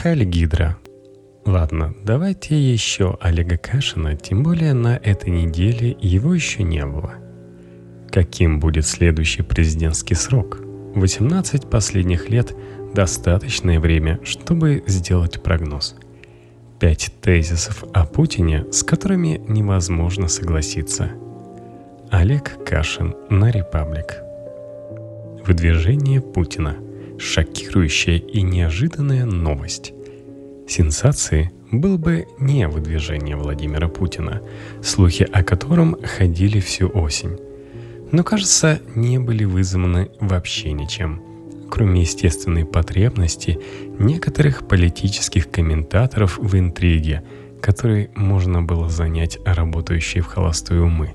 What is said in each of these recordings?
Хайль Гидра. Ладно, давайте еще Олега Кашина, тем более на этой неделе его еще не было. Каким будет следующий президентский срок? 18 последних лет – достаточное время, чтобы сделать прогноз. 5 тезисов о Путине, с которыми невозможно согласиться. Олег Кашин на Репаблик. Выдвижение Путина. Шокирующая и неожиданная новость. Сенсацией было бы не выдвижение Владимира Путина, слухи о котором ходили всю осень. Но, кажется, не были вызваны вообще ничем, кроме естественной потребности некоторых политических комментаторов в интриге, которой можно было занять работающие в холостую умы.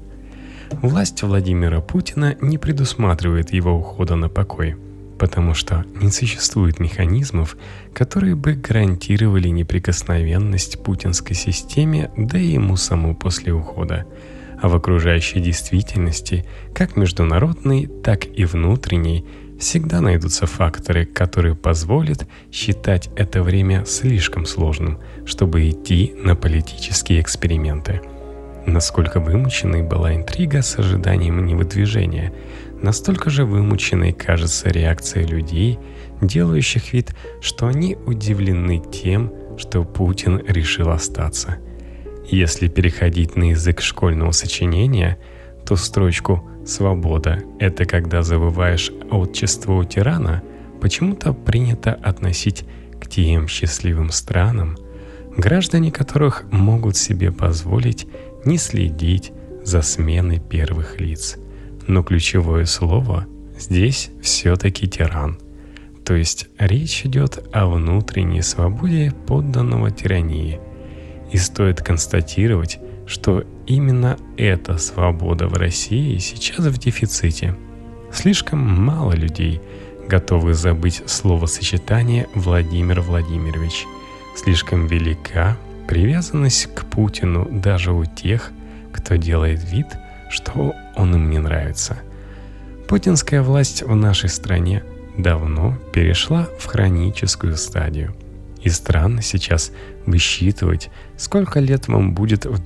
Власть Владимира Путина не предусматривает его ухода на покой, потому что не существует механизмов, которые бы гарантировали неприкосновенность путинской системе, да и ему саму после ухода. А в окружающей действительности, как международной, так и внутренней, всегда найдутся факторы, которые позволят считать это время слишком сложным, чтобы идти на политические эксперименты. Насколько вымученной была интрига с ожиданием невыдвижения, настолько же вымученной кажется реакция людей, делающих вид, что они удивлены тем, что Путин решил остаться. Если переходить на язык школьного сочинения, то строчку «Свобода – это когда завоеваешь отчество у тирана» почему-то принято относить к тем счастливым странам, граждане которых могут себе позволить не следить за сменой первых лиц. Но ключевое слово здесь все-таки тиран. То есть речь идет о внутренней свободе подданного тирании. И стоит констатировать, что именно эта свобода в России сейчас в дефиците. Слишком мало людей готовы забыть словосочетание «Владимир Владимирович». Слишком велика привязанность к Путину даже у тех, кто делает вид, что он им не нравится. Путинская власть в нашей стране давно перешла в хроническую стадию. И странно сейчас высчитывать, сколько лет вам будет в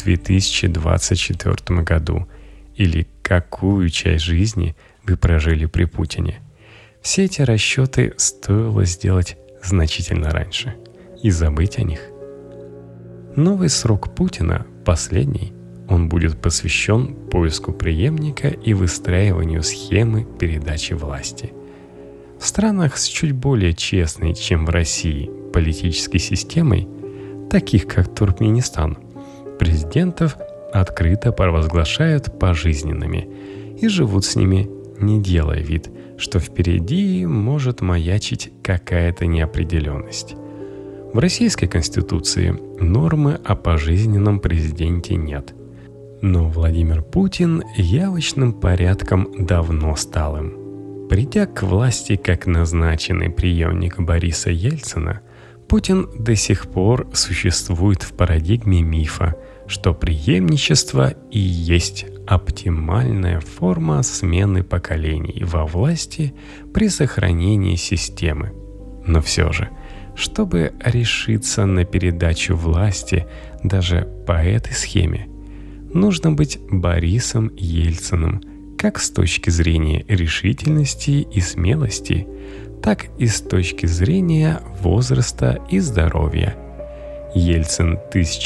2024 году или какую часть жизни вы прожили при Путине. Все эти расчеты стоило сделать значительно раньше и забыть о них. Новый срок Путина, последний, он будет посвящен поиску преемника и выстраиванию схемы передачи власти. В странах с чуть более честной, чем в России, политической системой, таких как Туркменистан, президентов открыто провозглашают пожизненными и живут с ними, не делая вид, что впереди может маячить какая-то неопределенность. В Российской Конституции нормы о пожизненном президенте нет. Но Владимир Путин явочным порядком давно стал им. Придя к власти как назначенный преемник Бориса Ельцина, Путин до сих пор существует в парадигме мифа, что преемничество и есть оптимальная форма смены поколений во власти при сохранении системы. Но все же, чтобы решиться на передачу власти даже по этой схеме, нужно быть Борисом Ельциным как с точки зрения решительности и смелости, так и с точки зрения возраста и здоровья. Ельцин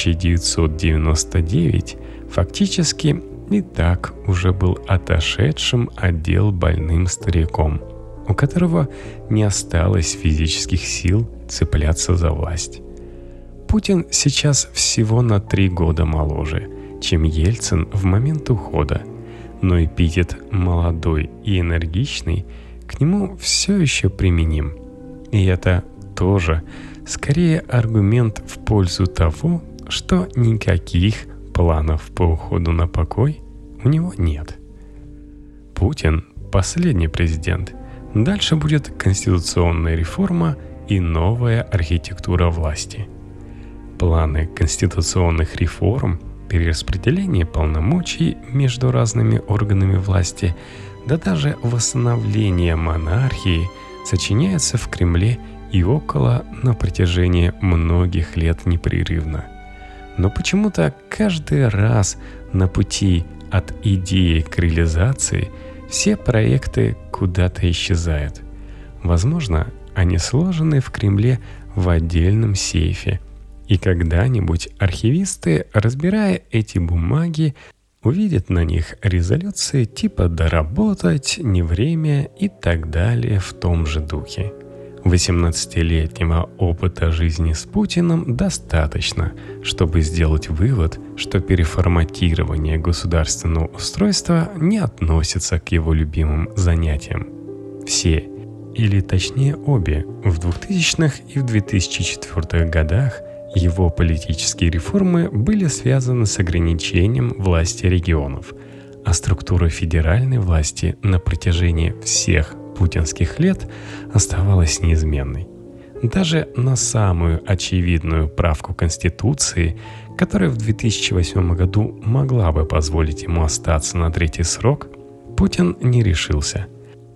1999 фактически и так уже был отошедшим от дел больным стариком, у которого не осталось физических сил цепляться за власть. Путин сейчас всего на 3 года моложе, чем Ельцин в момент ухода, но эпитет «молодой» и «энергичный» к нему все еще применим. И это тоже скорее аргумент в пользу того, что никаких планов по уходу на покой у него нет. Путин – последний президент. Дальше будет конституционная реформа и новая архитектура власти. Планы конституционных реформ, перераспределение полномочий между разными органами власти, да даже восстановление монархии сочиняются в Кремле и около на протяжении многих лет непрерывно. Но почему-то каждый раз на пути от идеи к реализации все проекты куда-то исчезают. Возможно, они сложены в Кремле в отдельном сейфе, и когда-нибудь архивисты, разбирая эти бумаги, увидят на них резолюции типа «доработать», «не время» и так далее в том же духе. 18-летнего опыта жизни с Путиным достаточно, чтобы сделать вывод, что переформатирование государственного устройства не относится к его любимым занятиям. Все, или точнее обе, в 2000-х и в 2004 годах его политические реформы были связаны с ограничением власти регионов, а структура федеральной власти на протяжении всех путинских лет оставалась неизменной. Даже на самую очевидную правку Конституции, которая в 2008 году могла бы позволить ему остаться на третий срок, Путин не решился.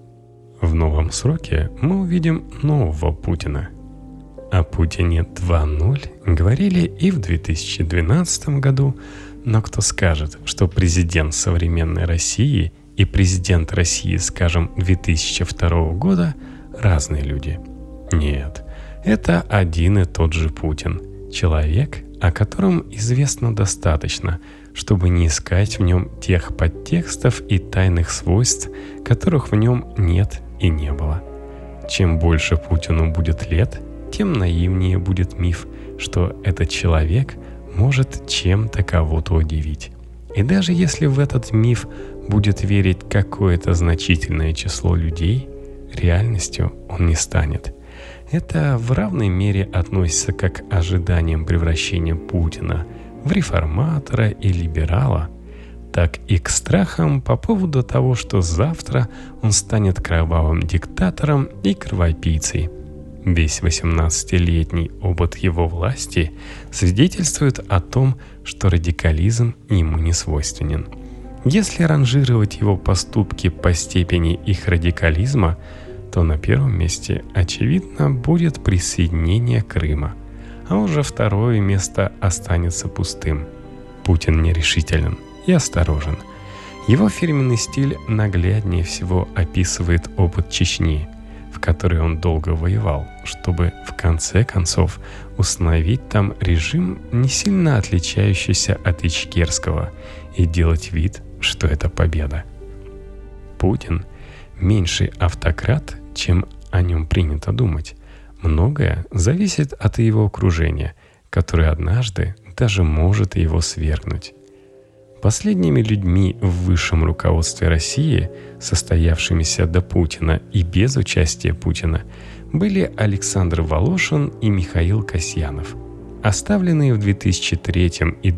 В новом сроке мы увидим нового Путина. О Путине 2.0 говорили и в 2012 году, но кто скажет, что президент современной России и президент России, скажем, 2002 года – разные люди? Нет, это один и тот же Путин. Человек, о котором известно достаточно, чтобы не искать в нем тех подтекстов и тайных свойств, которых в нем нет и не было. Чем больше Путину будет лет, тем наивнее будет миф, что этот человек может чем-то кого-то удивить. И даже если в этот миф будет верить какое-то значительное число людей, реальностью он не станет. Это в равной мере относится как к ожиданиям превращения Путина в реформатора и либерала, так и к страхам по поводу того, что завтра он станет кровавым диктатором и кровопийцей. Весь 18-летний опыт его власти свидетельствует о том, что радикализм ему не свойственен. Если ранжировать его поступки по степени их радикализма, то на первом месте, очевидно, будет присоединение Крыма, а уже второе место останется пустым. Путин нерешителен и осторожен. Его фирменный стиль нагляднее всего описывает опыт Чечни, в которой он долго воевал, чтобы в конце концов установить там режим, не сильно отличающийся от ичкерского, и делать вид, что это победа. Путин меньший автократ, чем о нем принято думать. Многое зависит от его окружения, которое однажды даже может его свергнуть. Последними людьми в высшем руководстве России, состоявшимися до Путина и без участия Путина, были Александр Волошин и Михаил Касьянов, оставленные в 2003 и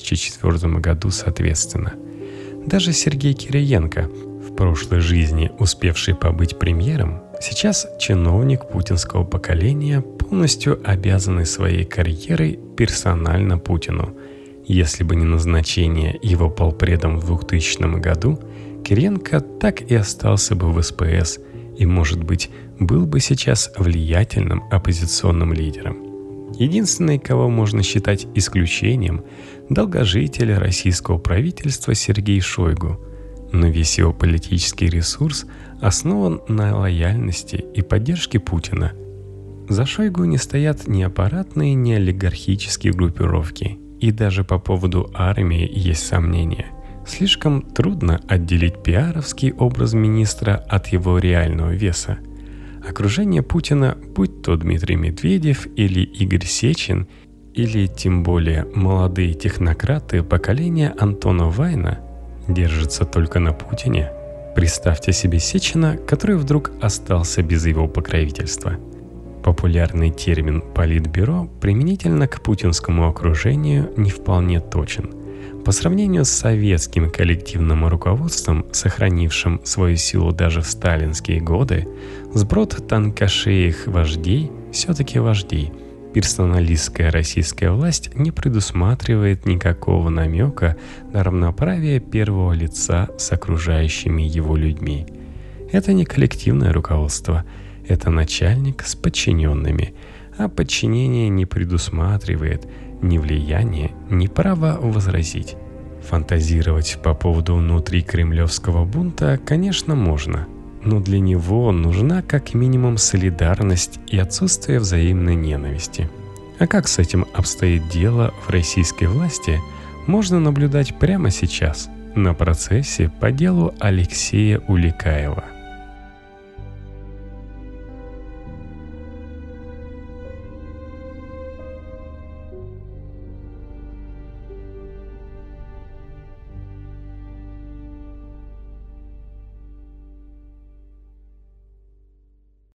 2004 году соответственно. Даже Сергей Кириенко, в прошлой жизни успевший побыть премьером, сейчас чиновник путинского поколения, полностью обязанный своей карьерой персонально Путину. Если бы не назначение его полпредом в 2000 году, Кириенко так и остался бы в СПС и, может быть, был бы сейчас влиятельным оппозиционным лидером. Единственный, кого можно считать исключением, долгожитель российского правительства Сергей Шойгу, но весь его политический ресурс основан на лояльности и поддержке Путина. За Шойгу не стоят ни аппаратные, ни олигархические группировки. И даже по поводу армии есть сомнения. Слишком трудно отделить пиаровский образ министра от его реального веса. Окружение Путина, будь то Дмитрий Медведев или Игорь Сечин, или тем более молодые технократы поколения Антона Вайна, держится только на Путине. Представьте себе Сечина, который вдруг остался без его покровительства. Популярный термин «политбюро» применительно к путинскому окружению не вполне точен. По сравнению с советским коллективным руководством, сохранившим свою силу даже в сталинские годы, сброд тонкошеих вождей все-таки вождей. Персоналистская российская власть не предусматривает никакого намека на равноправие первого лица с окружающими его людьми. Это не коллективное руководство. Это начальник с подчиненными, а подчинение не предусматривает ни влияния, ни права возразить. Фантазировать по поводу внутрикремлевского бунта, конечно, можно, но для него нужна как минимум солидарность и отсутствие взаимной ненависти. А как с этим обстоит дело в российской власти, можно наблюдать прямо сейчас на процессе по делу Алексея Уликаева.